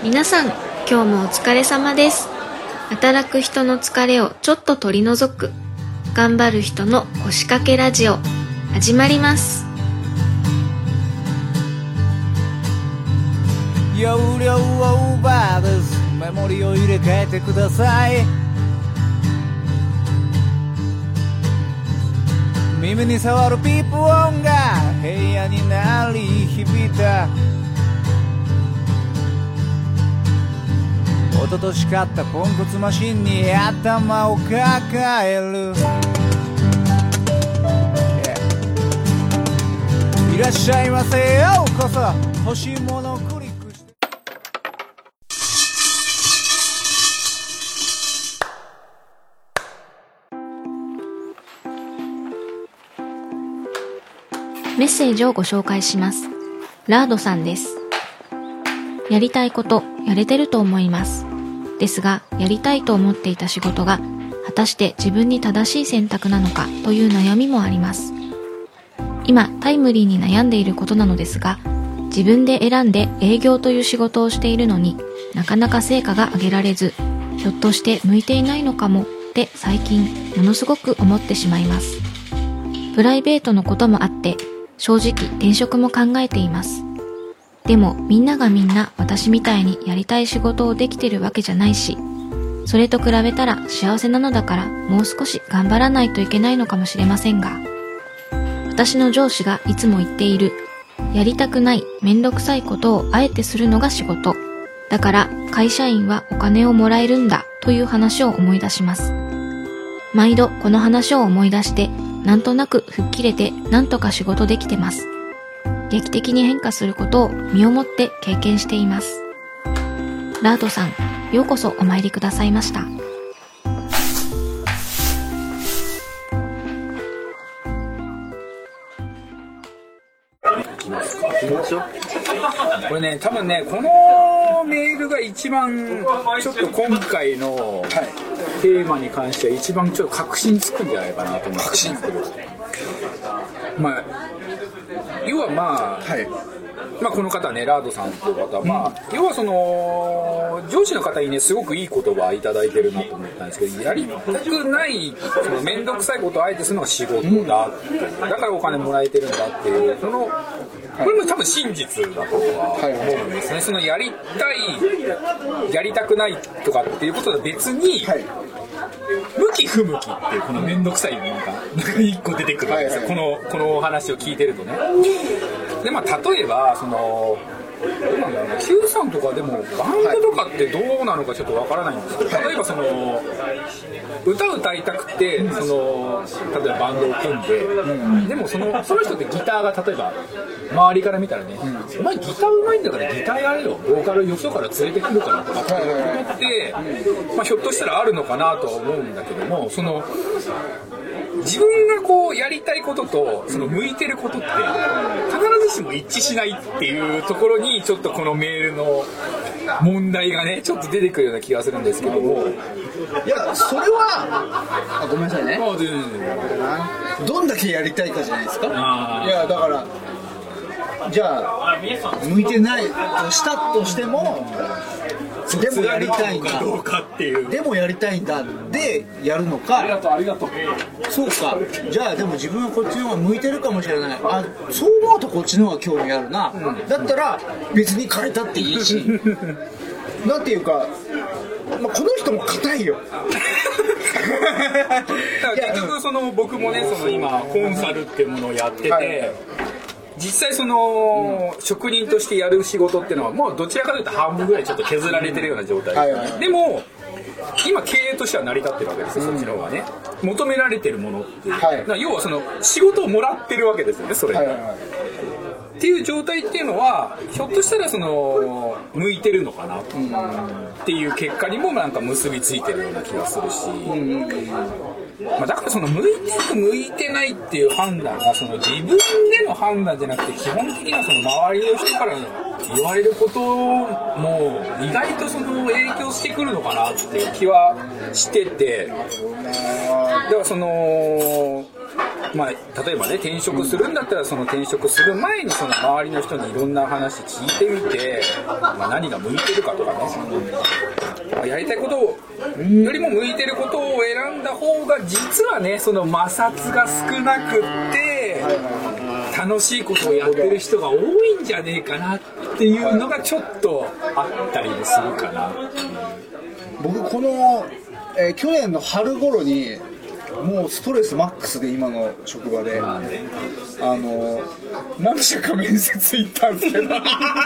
皆さん、今日もお疲れ様です。働く人の疲れをちょっと取り除く、頑張る人の腰掛けラジオ、始まります。 容量オーバーです。メモリを入れ替えてください。耳に触るピープ音が部屋に鳴り響いた。一昨年買ったポンコツマシンに頭を抱える、いらっしゃいませ、ようこそ。欲しいものをクリックして。 メッセージをご紹介します。ラードさんです。やりたいこと、やれてると思います。ですが、やりたいと思っていた仕事が果たして自分に正しい選択なのかという悩みもあります。今タイムリーに悩んでいることなのですが、自分で選んで営業という仕事をしているのになかなか成果が上げられず、ひょっとして向いていないのかもって最近ものすごく思ってしまいます。プライベートのこともあって正直転職も考えています。でもみんながみんな私みたいにやりたい仕事をできてるわけじゃないし、それと比べたら幸せなのだからもう少し頑張らないといけないのかもしれませんが、私の上司がいつも言っている、やりたくないめんどくさいことをあえてするのが仕事だから会社員はお金をもらえるんだという話を思い出します。毎度この話を思い出してなんとなく吹っ切れてなんとか仕事できてます。劇的に変化することを身をもって経験しています。ラードさん、ようこそお参りくださいました。 これね、多分ね、このメールが一番ちょっと今回のテーマに関しては一番ちょっと確信つくんじゃないかなと思うんですけど、まあ要はまあこの方ね、ラードさんという方は、要はその上司の方にねすごくいい言葉いただいてるなと思ったんですけど、やりたくないその面倒くさいことをあえてするのが仕事だっていう、だからお金もらえてるんだっていう、そのこれも多分真実だとは思うんですね。そのやりたいやりたくないとかっていうこととは別に、向き不向きっていうこの面倒くさいなんか一個出てくるんですよ、このお話を聞いてるとね。でまあ例えばそのどうなんだろうな、Q さんとかでもバンドとかってどうなのかちょっとわからないんですけど、例えばその歌いたくてその例えばバンドを組んで、でもその人ってギターが例えば周りから見たらね、お前ギター上手いんだからギターやれよ、ボーカルよそから連れてくるからとかって思って、まあひょっとしたらあるのかなとは思うんだけども、その自分がこうやりたいこととその向いてることって必ずしも一致しないっていうところにちょっとこのメールの問題がねちょっと出てくるような気がするんですけども、 いやそれはごめんなさいね、どんだけやりたいかじゃないですか。いやだからじゃあ向いてないとしたとしても、でもやりたいんだ、 どうかっていう、 でもやりたいんだでやるのか、 ありがとうそうか、じゃあでも自分はこっちの方が向いてるかもしれない、あ、そう思うとこっちの方が興味あるな、だったら別に変えたっていいしなんていうか、まあ、この人も硬いよだから結局その僕もねその今コンサルっていうものをやってて、実際その職人としてやる仕事っていうのはもうどちらかというと半分ぐらいちょっと削られてるような状態、でも今経営としては成り立ってるわけですよ、そっちの方がね求められてるものっていう、要はその仕事をもらってるわけですよね、それ、っていう状態っていうのはひょっとしたらその向いてるのかなっていう結果にもなんか結びついてるような気がするし、まあ、だからその向いてる向いてないっていう判断がその自分での判断じゃなくて、基本的にはその周りの人から言われることも意外とその影響してくるのかなっていう気はしてて、だからそのまあ、例えばね転職するんだったらその転職する前にその周りの人にいろんな話聞いてみて、まあ、何が向いてるかとかね、やりたいことよりも向いてることを選んだ方が実はねその摩擦が少なくって楽しいことをやってる人が多いんじゃねえかなっていうのがちょっとあったりもするかな。 僕この、去年の春頃にもうストレスマックスで今の職場で何社か面接行ったんですけど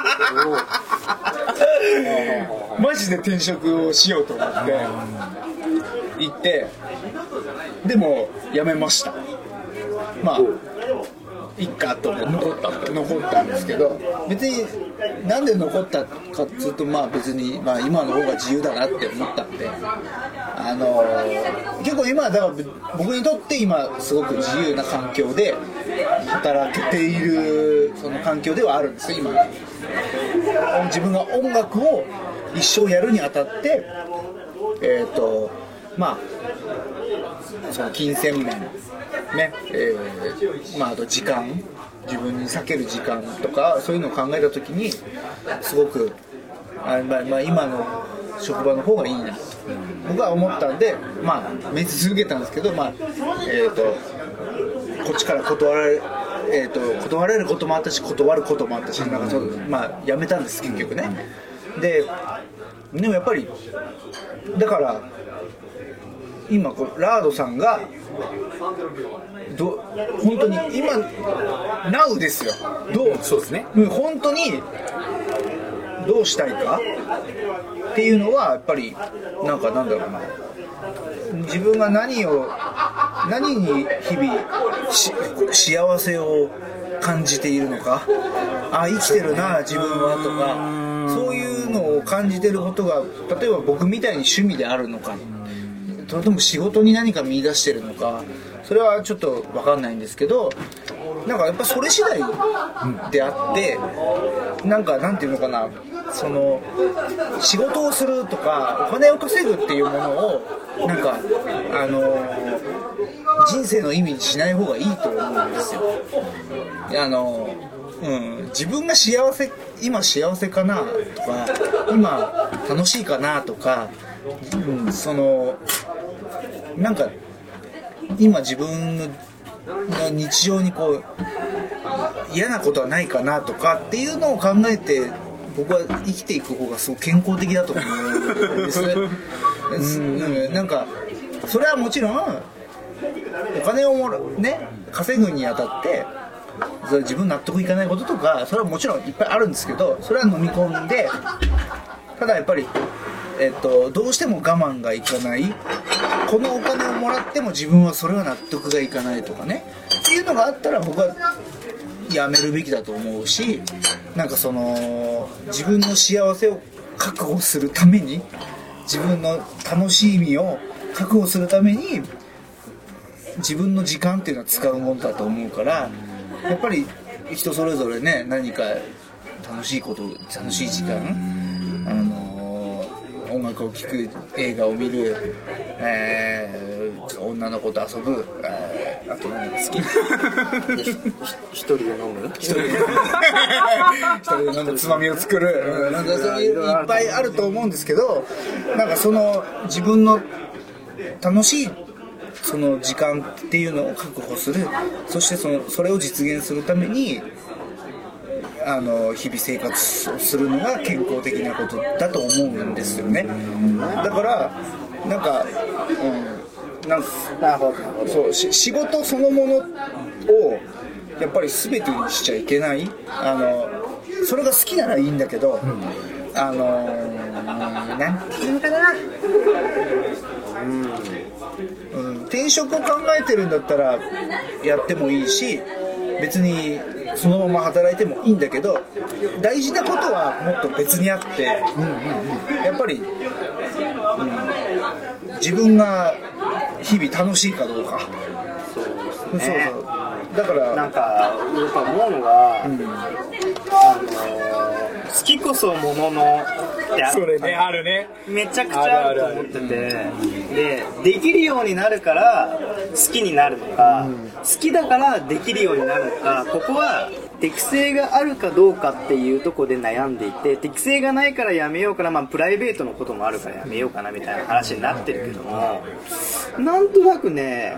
マジで転職をしようと思って行ってでも辞めました。まあいっかと思って残ったんですけど別になんで残ったかっつうとまあ別に、まあ、今の方が自由だなって思ったんで結構今だから僕にとって今すごく自由な環境で働けているその環境ではあるんですよ今。自分が音楽を一生やるにあたってまあその金銭面ねまああと時間自分に割ける時間とかそういうのを考えた時にすごくまあ今の職場の方がいいなと僕は思ったんでまあ面接受けたんですけどまあこっちから断られることもあったし断ることもあったしなんかまあ辞めたんです結局ね。でもやっぱりだから今ラードさんが本当に今 NOW ですよ。 そうですね。 本当にどうしたいかっていうのはやっぱりなんだろうな自分が何に日々幸せを感じているのか生きてるな自分はとかそういうのを感じてることが例えば僕みたいに趣味であるのかそれとも仕事に何か見出してるのかそれはちょっと分かんないんですけどなんかやっぱそれ次第であってなんていうのかなその仕事をするとかお金を稼ぐっていうものをなんか人生の意味にしない方がいいと思うんですよ。自分が今幸せかなとか今楽しいかなとか、そのなんか今自分の日常にこう嫌なことはないかなとかっていうのを考えて僕は生きていく方がすごく健康的だと思うんですね。なんかそれはもちろんお金を稼ぐにあたってそれ自分納得いかないこととかそれはもちろんいっぱいあるんですけどそれは飲み込んでただやっぱり、どうしても我慢がいかないこのお金をもらっても自分はそれは納得がいかないとかねっていうのがあったら僕はやめるべきだと思うしなんかその自分の幸せを確保するために自分の楽しみを確保するために自分の時間っていうのは使うものだと思うからやっぱり人それぞれね何か楽しい時間音楽を聴く映画を見る、女の子と遊ぶ、あと何が好き一人で飲む一人で飲むつまみを作る、なんかそういういっぱいあると思うんですけどなんかその自分の楽しいその時間っていうのを確保するそしてそれを実現するために日々生活をするのが健康的なことだと思うんですよね。だからなんかそう仕事そのものをやっぱり全てにしちゃいけないそれが好きならいいんだけど、なんていうのかな、転職を考えてるんだったらやってもいいし別にそのまま働いてもいいんだけど大事なことはもっと別にあって、やっぱり、自分が日々楽しいかどうかそうですね。そうだからなんか僕思うのが、好きこそもののってそれねあるねめちゃくちゃあると思っててできるようになるから好きになるのか、 好きだからできるようになるのか、ここは適性があるかどうかっていうところで悩んでいて、適性がないからやめようかな、プライベートのこともあるからやめようかなみたいな話になってるけども、なんとなくね、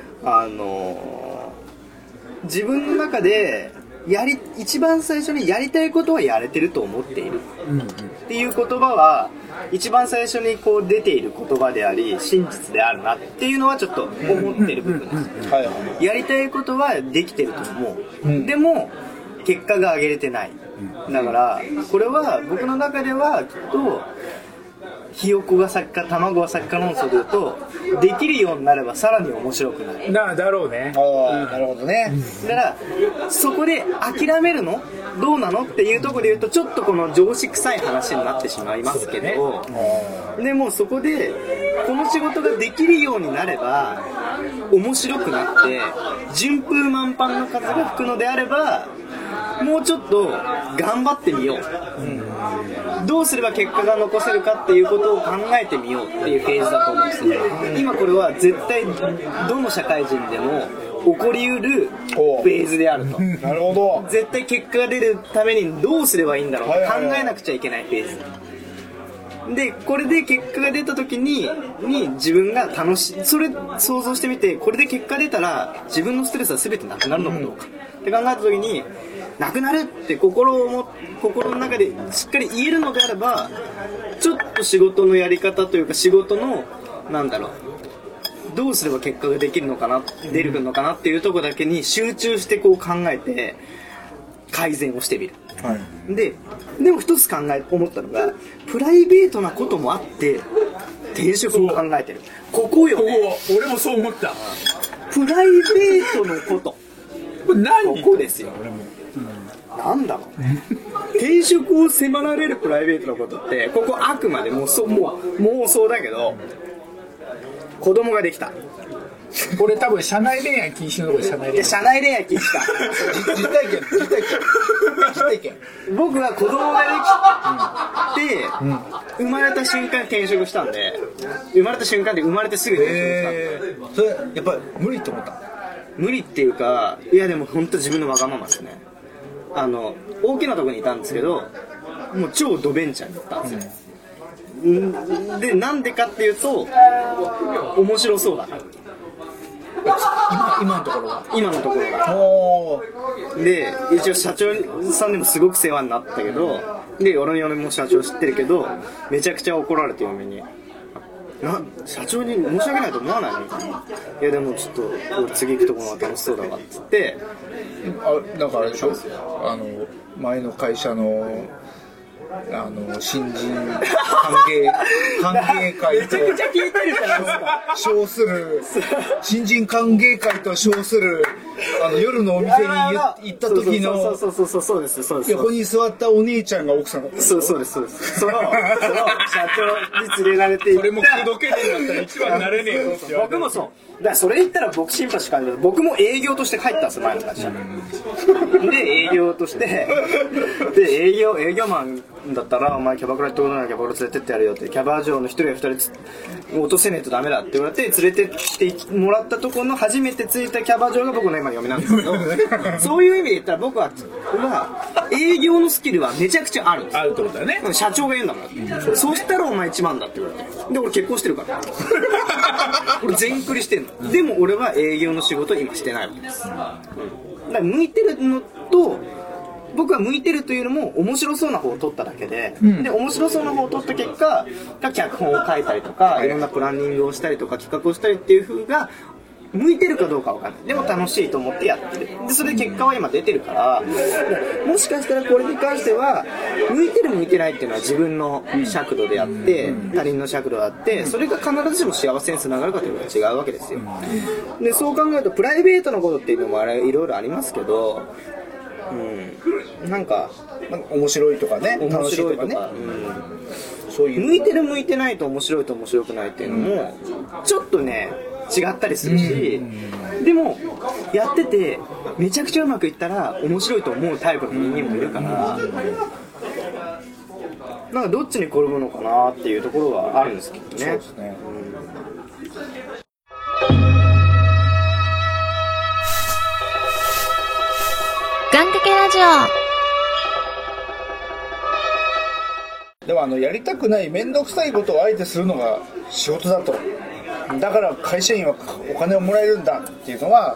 自分の中で一番最初にやりたいことはやれてると思っているっていう言葉は一番最初にこう出ている言葉であり真実であるなっていうのはちょっと思ってる部分です。やりたいことはできてると思う、でも結果が上げれてない、だからこれは僕の中ではきっとひよこが先か卵が先か論争で言うと、できるようになればさらに面白くなる。 だろうね。 なるほどね。 だからそこで諦めるのどうなのっていうところで言うと、ちょっとこの常識臭い話になってしまいますけど、でもそこでこの仕事ができるようになれば面白くなって順風満帆の風が吹くのであれば、もうちょっと頑張ってみよう、どうすれば結果が残せるかっていうことを考えてみようっていうフェーズだと思うんですね。今これは絶対どの社会人でも起こりうるフェーズであると。 なるほど。 絶対結果が出るためにどうすればいいんだろう、考えなくちゃいけないフェーズで、これで結果が出た時に自分が楽しい、それ想像してみて、これで結果出たら自分のストレスは全てなくなるのかどうかって考えた時に、なくなるって心の中でしっかり言えるのであれば、ちょっと仕事のやり方というか仕事のどうすれば結果ができるのかな、出るのかなっていうところだけに集中してこう考えて改善をしてみる、でも一つ思ったのが、プライベートなこともあって転職を考えてる。ここよね。 俺もそう思った。 プライベートのことこれ何？ ここですよ。なんだろう、転職を迫られるプライベートのことって、ここあくまでも妄想だけど、子供ができた。 これ多分社内恋愛禁止のところで社内恋愛禁止か。 実体験。 僕は子供ができて、生まれた瞬間転職したんで、生まれた瞬間で生まれてすぐ転職したんで、 それやっぱり無理と思った。 無理っていうか、いやでも本当自分のわがままですね。大きなところにいたんですけど、もう超ドベンチャーに行ったんですよ。で、なんでかっていうと、面白そうだから。 今のところは。 で、一応社長さんでもすごく世話になったけど、で、俺も社長知ってるけど、めちゃくちゃ怒られて、嫁に。社長に申し訳ないと思わないのみたいな。いやでもちょっと俺次行くところが楽しそうだわっつって、 なんかあれでしょ、前の会社の新人歓迎会とめちゃくちゃ聞いてるじゃないですか。 称する新人歓迎会と称する夜のお店に行った時のそうです。 横に座ったお姉ちゃんが奥さんだった。 そうです。その社長に連れられて行った。 俺も口説けねえんだったら一番になれねえよって僕もそう。だからそれ言ったら僕シンパシー感じる。僕も営業として帰ったんですよ、前の会社。で営業としてで営業マンだったら、お前キャバクラ行ってことない、キャバクラ連れてってやるよって、キャバ嬢の一人や二人落とせねえとダメだって言われて連れてってもらったところの初めて着いたキャバ嬢が僕の今嫁なんですけどそういう意味で言ったら僕は営業のスキルはめちゃくちゃあるんですよ。 あるってことだね。 社長が言うんだもん。そしたらお前一番だって言われて、で俺結婚してるから俺全クリしてんの。でも俺は営業の仕事今してないわけです。だから向いてるのと、僕は向いてるというよりも面白そうな方を取っただけで、で面白そうな方を取った結果脚本を書いたりとか、いろんなプランニングをしたりとか企画をしたりっていう風が向いてるかどうかわかんない。でも楽しいと思ってやってる。でそれで結果は今出てるから、もしかしたらこれに関しては向いてる向いてないっていうのは自分の尺度であって、他人の尺度であって、それが必ずしも幸せにつながるかというのは違うわけですよ。でそう考えるとプライベートのことっていうのもいろいろありますけど、なんか面白いとかね、 楽しいとかね、 そういう向いてる向いてないと面白いと面白くないっていうのもちょっとね違ったりするし、でもやっててめちゃくちゃうまくいったら面白いと思うタイプの人間もいるから、なんかどっちに転ぶのかなっていうところはあるんですけどね。 そうですね。 間かけラジオ。でもやりたくない面倒くさいことをあえてするのが仕事だと。だから会社員はお金をもらえるんだっていうのは、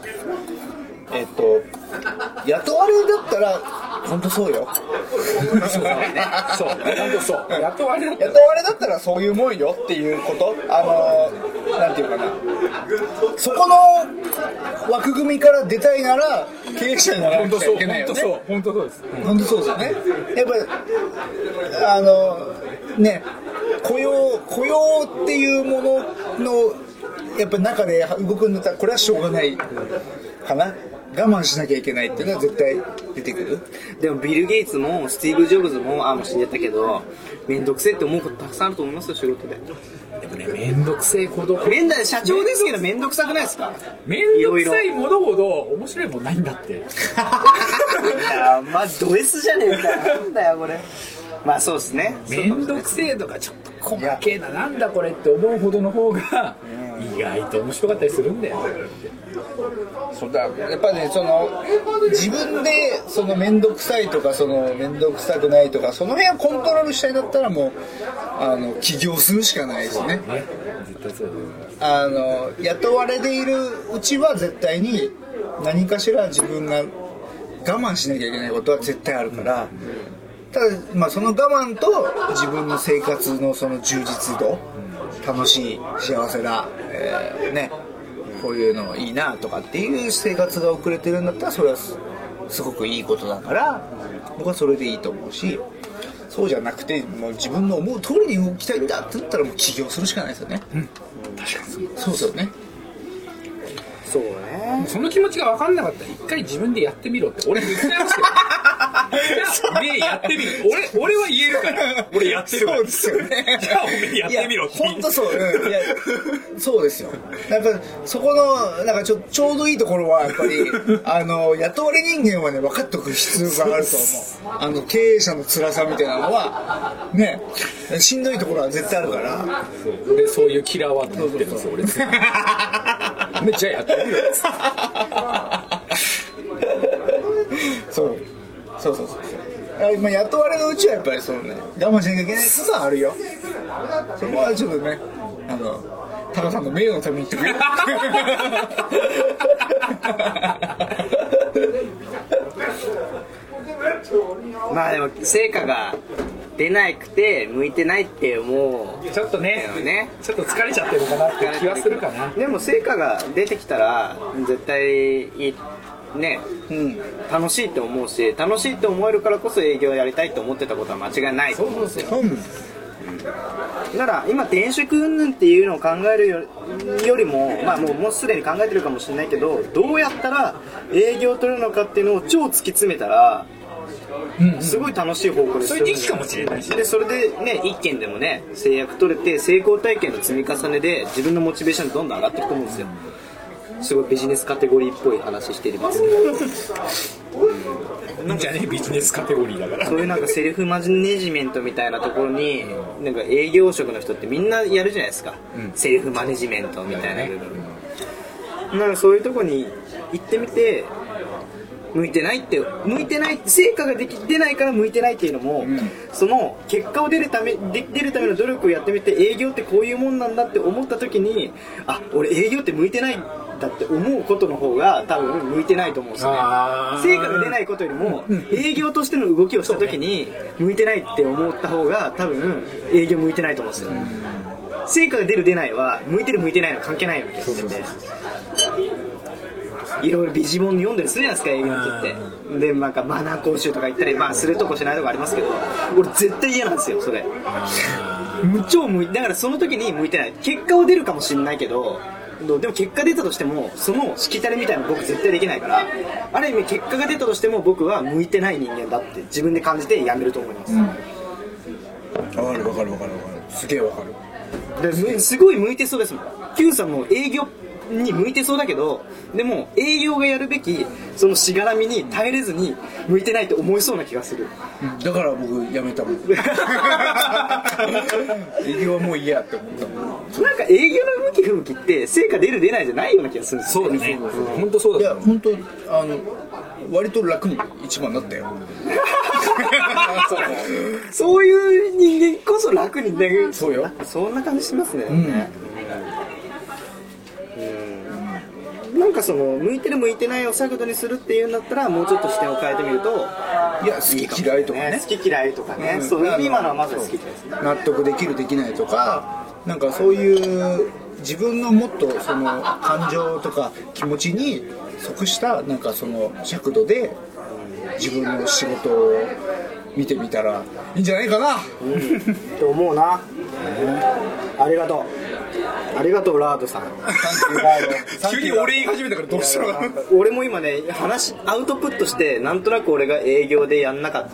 雇われだったら本当そうよ。 そう本当そう。雇われだったらそういうもんよっていうこと。なんていうかな、そこの枠組みから出たいなら経営者にならなきゃいけないよね。 本当そうです。 本当そうですよね。やっぱりね、雇用っていうもののやっぱ中で動くんだったらこれはしょうがないかな。我慢しなきゃいけないっていうのは絶対出てくる。 でもビル・ゲイツもスティーブ・ジョブズももう死んじゃったけど、めんどくせえって思うことたくさんあると思いますよ、仕事で。 でもね、めんどくせえこと社長ですけどめんどくさくないですか？ めんどくさいものほど面白いもんないんだって。いやまあド S じゃねえかよ。なんだよこれ。まあそうですね。 めんどくせえとかちょっと細けえな、なんだこれって思うほどの方が意外と面白かったりするんだよ。 そうだ、やっぱね、自分でめんどくさいとかめんどくさくないとかその辺をコントロールしたいんだったらもう起業するしかないですね。 絶対そう雇われているうちは絶対に何かしら自分が我慢しなきゃいけないことは絶対あるから、ただまあその我慢と自分の生活のその充実度、楽しい、幸せだ、ね、こういうのいいなとかっていう生活が送れてるんだったらそれはすごくいいことだから僕はそれでいいと思うし、そうじゃなくてもう自分の思う通りに動きたいんだって言ったらもう起業するしかないですよね。 確かにそうですよね。 そうね。 その気持ちが分かんなかったら一回自分でやってみろって俺言ってましたよ。ねえやってみる。俺は言えるから俺やってるから。 そうですよね。 じゃあおめえやってみろって。 本当そう。いやそうですよ。やっぱそこのなんかちょうどいいところはやっぱり雇われ人間はね分かっておく必要があると思う。経営者の辛さみたいなのはね、しんどいところは絶対あるから。 俺そういうキラーワード持ってるんですよ俺。じゃあやってみろ。 そうまあ、雇われのうちはやっぱり我慢しなきゃいけないことはあるよ。そこはちょっとねタカさんの名誉のために言ってくれ。 まあでも成果が出なくて向いてないって思うちょっとねちょっと疲れちゃってるかなって気はするかな。 でも成果が出てきたら絶対いいね、楽しいって思うし、楽しいって思えるからこそ営業やりたいと思ってたことは間違いないと思うんですよ。だから今転職云々っていうのを考えるよりも、まあもうすでに考えてるかもしれないけど、どうやったら営業を取るのかっていうのを超突き詰めたらすごい楽しい方向でそれでいいかもしれないし、 でそれでね一件でもね制約取れて成功体験の積み重ねで自分のモチベーションどんどん上がっていくと思うんですよ。すごいビジネスカテゴリーっぽい話していますけどいいんじゃねビジネスカテゴリーだから。 そういうなんかセルフマネジメントみたいなところになんか営業職の人ってみんなやるじゃないですか、セルフマネジメントみたいな部分、なんかそういうところに行ってみて向いてない成果が出ないから向いてないっていうのも、その結果を出るための努力をやってみて営業ってこういうもんなんだって思った時に俺営業って向いてないんだって思うことの方が多分向いてないと思うんですよね。成果が出ないことよりも営業としての動きをした時に向いてないって思った方が多分営業向いてないと思うんですよ。成果が出る出ないは向いてる向いてないの関係ないような気がしてて、いろいろビジモン読んだりするじゃないですか営業の人って。でなんかマナー講習とか行ったり、するとこしないとこありますけど、俺絶対嫌なんですよそれ。超向いてだからその時に向いてない。結果は出るかもしれないけど、でも結果出たとしてもそのしきたりみたいなの僕絶対できないから、ある意味結果が出たとしても僕は向いてない人間だって自分で感じてやめると思います。 わかるすげえわかる。 すごい向いてそうですもん。Q さんも営業に向いてそうだけど、でも営業がやるべきそのしがらみに耐えれずに向いてないって思いそうな気がする。 だから僕やめたもん。営業はもう嫌って思ったもん。 なんか営業の向き不向きって成果出る出ないじゃないような気がするんですよ。 そうだね。本当そうだ。 いや本当割と楽に一番になったよ。 そういう人間こそ楽にね。 そうよ。 そんな感じしますね。なんかその向いてる向いてないを尺度にするっていうんだったら、もうちょっと視点を変えてみると、 いや、好き嫌いとかね、 好き嫌いとかね、そういう今のはまず好きですね。 納得できるできないとか、なんかそういう自分のもっとその感情とか気持ちに即したなんかその尺度で自分の仕事を見てみたらいいんじゃないかな、 と思うな。ありがとう。ありがとうラードさん。 急に俺言い始めたからどうしたのかな。 俺も今ね、アウトプットして、なんとなく俺が営業でやんなかった、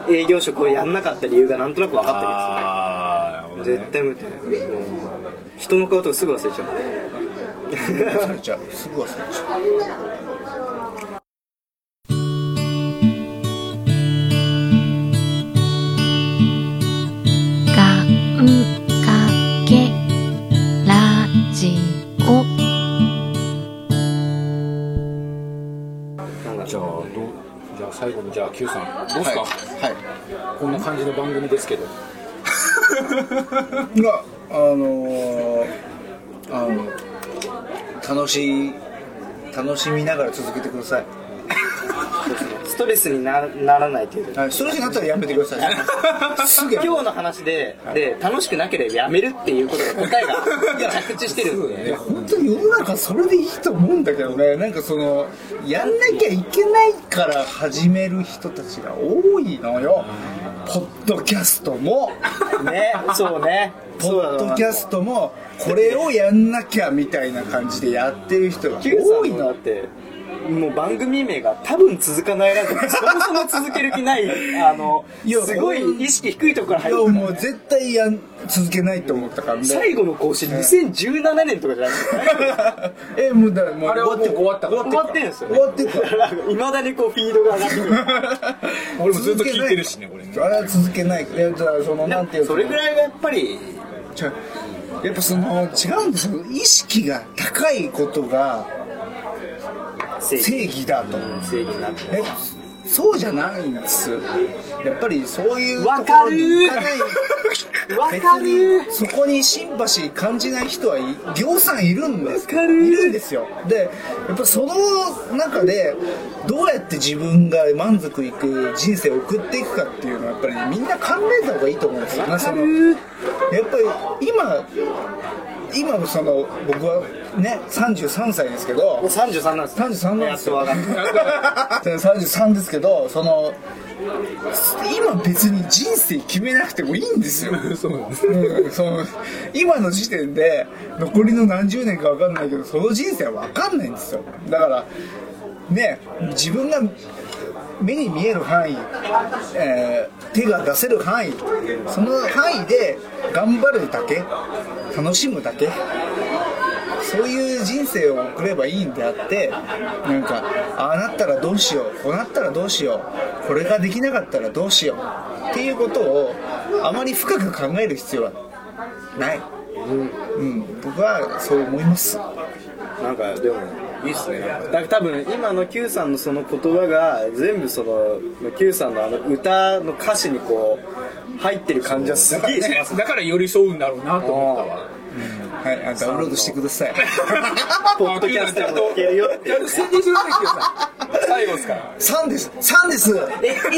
営業職をやんなかった理由がなんとなく分かってるんですよね。絶対無理。人の顔とかすぐ忘れちゃう。 忘れちゃう。すぐ忘れちゃう。 じゃあ最後にじゃあ Q さんどうですか、 はい、 こんな感じの番組ですけど楽しみながら続けてください。 ストレスにならないという、 はい、ストレスになったらやめてください。すぐ今日の話で楽しくなければやめるっていうことが答えが着地してるんで、 本当に世の中それでいいと思うんだけどね。なんかそのやんなきゃいけないから始める人たちが多いのよ。ポッドキャストもね、そうね、 ポッドキャストもこれをやんなきゃみたいな感じでやってる人が多いの。 だってもう番組名が多分続かないなとか、そもそも続ける気ないすごい意識低いところから入って、 もう絶対続けないと思ったからね。 最後の更新2017年とかじゃないですか。 もうだもうあれはもう終わった終わってるんですよね。 終わってるからいまだにこうフィードが上がってくる。 俺もずっと聞いてるしね、これね。 あれは続けない。いやだからそのなんていうか、 それぐらいがやっぱりやっぱその違うんですよ。意識が高いことが正義だと。 正義だと。 そうじゃないんです。やっぱりそういうとこわかるろに行かない。 わかる。 そこにシンパシー感じない人はぎょうさんいるんですよ。いるんですよ。でやっぱその中でどうやって自分が満足いく人生を送っていくかっていうのはやっぱりみんな考えた方がいいと思うんですよね。やっぱり今のその僕はね33歳ですけど、 33なんです。 33なんですよ。33ですけど、その今別に人生決めなくてもいいんですよ。その今の時点で残りの何十年か分かんないけど、その人生は分かんないんですよ。だからね、自分が目に見える範囲、手が出せる範囲、その範囲で頑張るだけ、楽しむだけ、そういう人生を送ればいいんであって、なんかああなったらどうしよう、こうなったらどうしよう、これができなかったらどうしようっていうことをあまり深く考える必要はない、僕はそう思います。 なんかでもいいっすね。だから多分今の Q さんのその言葉が全部その Q さんの歌の歌詞にこう入ってる感じはすげえします。 だから寄り添うんだろうなと思ったわ。 はい、ダウンロードしてください。 ポッドキャストも聞けるよって。 宣伝してください、Q さん。最後ですから。 3です。3です。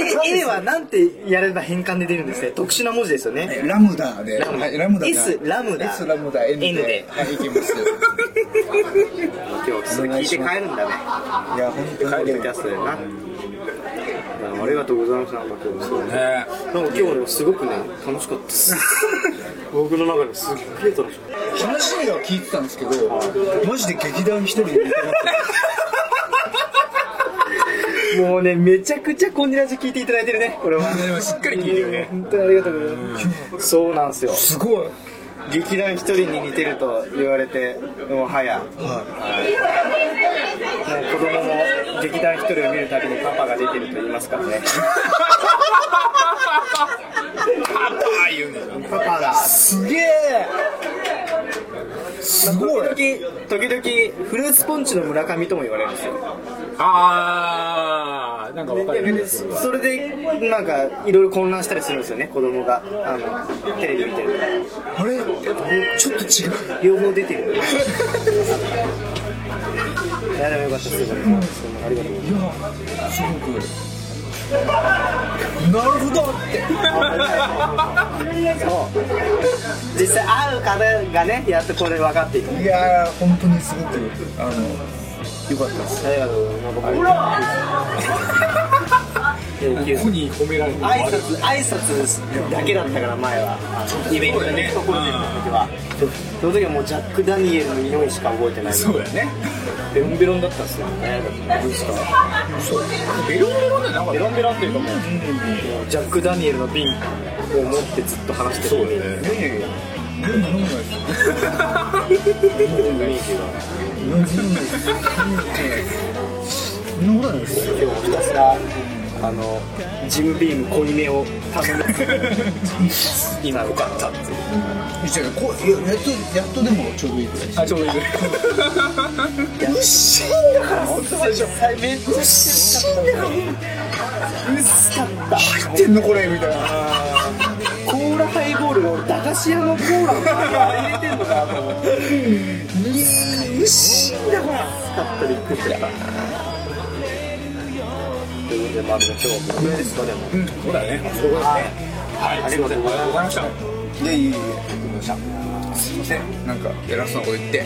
A はなんてやれば変換で出るんですね。特殊な文字ですよね。 ラムダで。ラムダ。 S ラムダ。 S ラムダ N で。はい、いきます。 今日それ聞いて帰るんだね。 いや、本当に帰るキャストだよな。ありがとうございました。なんか今日なんか今日ねすごくね楽しかったです。僕の中でもすっげえ楽しかった。 話には聞いてたんですけど、マジで劇団一人で見てます。 もうねめちゃくちゃコンディラジ聞いていただいてるね。これはしっかり聞いてるね。 本当にありがとうございます。そうなんですよ。 すごい。 劇団一人に似てると言われてもう早、もう子供も劇団一人を見るたびにパパが出てると言いますからね。 パパ言うんでしょ。 パパだ。 すげえ。すごい。 時々フルーツポンチの村上とも言われるんですよ。 あなんか分かる。 それでなんかいろいろ混乱したりするんですよね、子供がテレビ見てるあれちょっと違う、 両方出てる。いやでもよかったですよ、ありがとうございます。 すごくなるほどってそう実際会う方がねやっとこれ分かっている。 いやー本当にすごくよかったです。 ありがとうございます。 ここに褒められて挨拶だけだったから前はイベントでね、その時はもうジャック・ダニエルの匂いしか覚えてない。 そうだね。 ベロンベロンだったんですよね。 そうベロンベロンだよな。 ベロンベロンっていうかもうジャック・ダニエルの瓶を持ってずっと話してる。そうだよね。 飲んないですよ。 今日ひたすらジムビーム濃いめを頼む。今よかったっていう。 やっとでもちょうどいいぐらい。 あ、ちょうどいいぐらい。 うっしーだから本当最初めっちゃうっしーだから薄かった。 入ってんのこれみたいな。 コーラハイボールが俺駄菓子屋のコーラの中に入れてんのかなと思って。うっしーだから薄かった。びっくりした。ということで、まあでも今日は僕ですかでも。 そうだね。そうですね。はい。 ありがとうございました。 いやすいません、なんか偉そうなこと言って。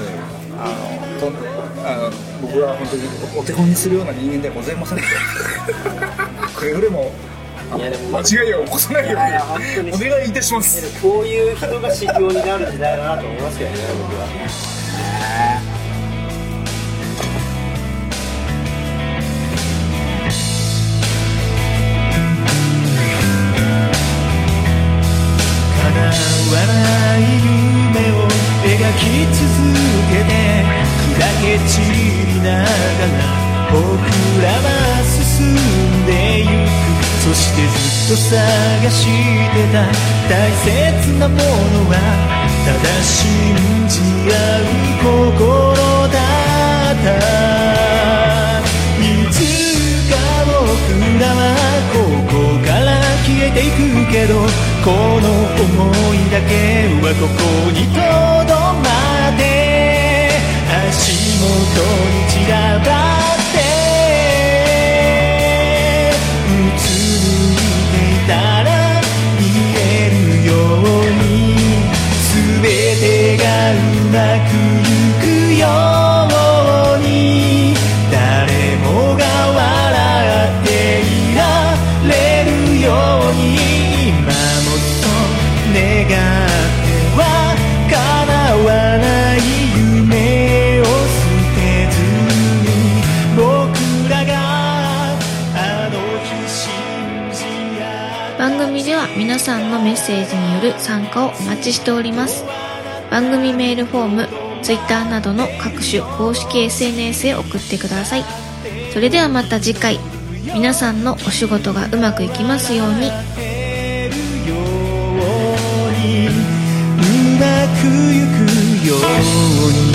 僕は本当にお手本にするような人間ではございませんのでくれぐれも間違いを起こさないようにお願いいたします。 こういう人が指標になる時代だなと思いますけどね、僕は。 ない夢を描き続けて砕け散りながら僕らは進んでゆく。そしてずっと探してた大切なものはただ信じ合う心だった。いつか僕らはここから消えていくけど、この想いだけはここにとどまって足元に散らばってうつむいていたら見えるように全てがうまくいくように誰もが笑っていられるように願っては叶わない夢を捨てずに僕らがあの日信じ合う。 番組では皆さんのメッセージによる参加をお待ちしております。番組メールフォーム、Twitter などの各種公式 SNS へ送ってください。それではまた次回、皆さんのお仕事がうまくいきますように。 うまくゆくように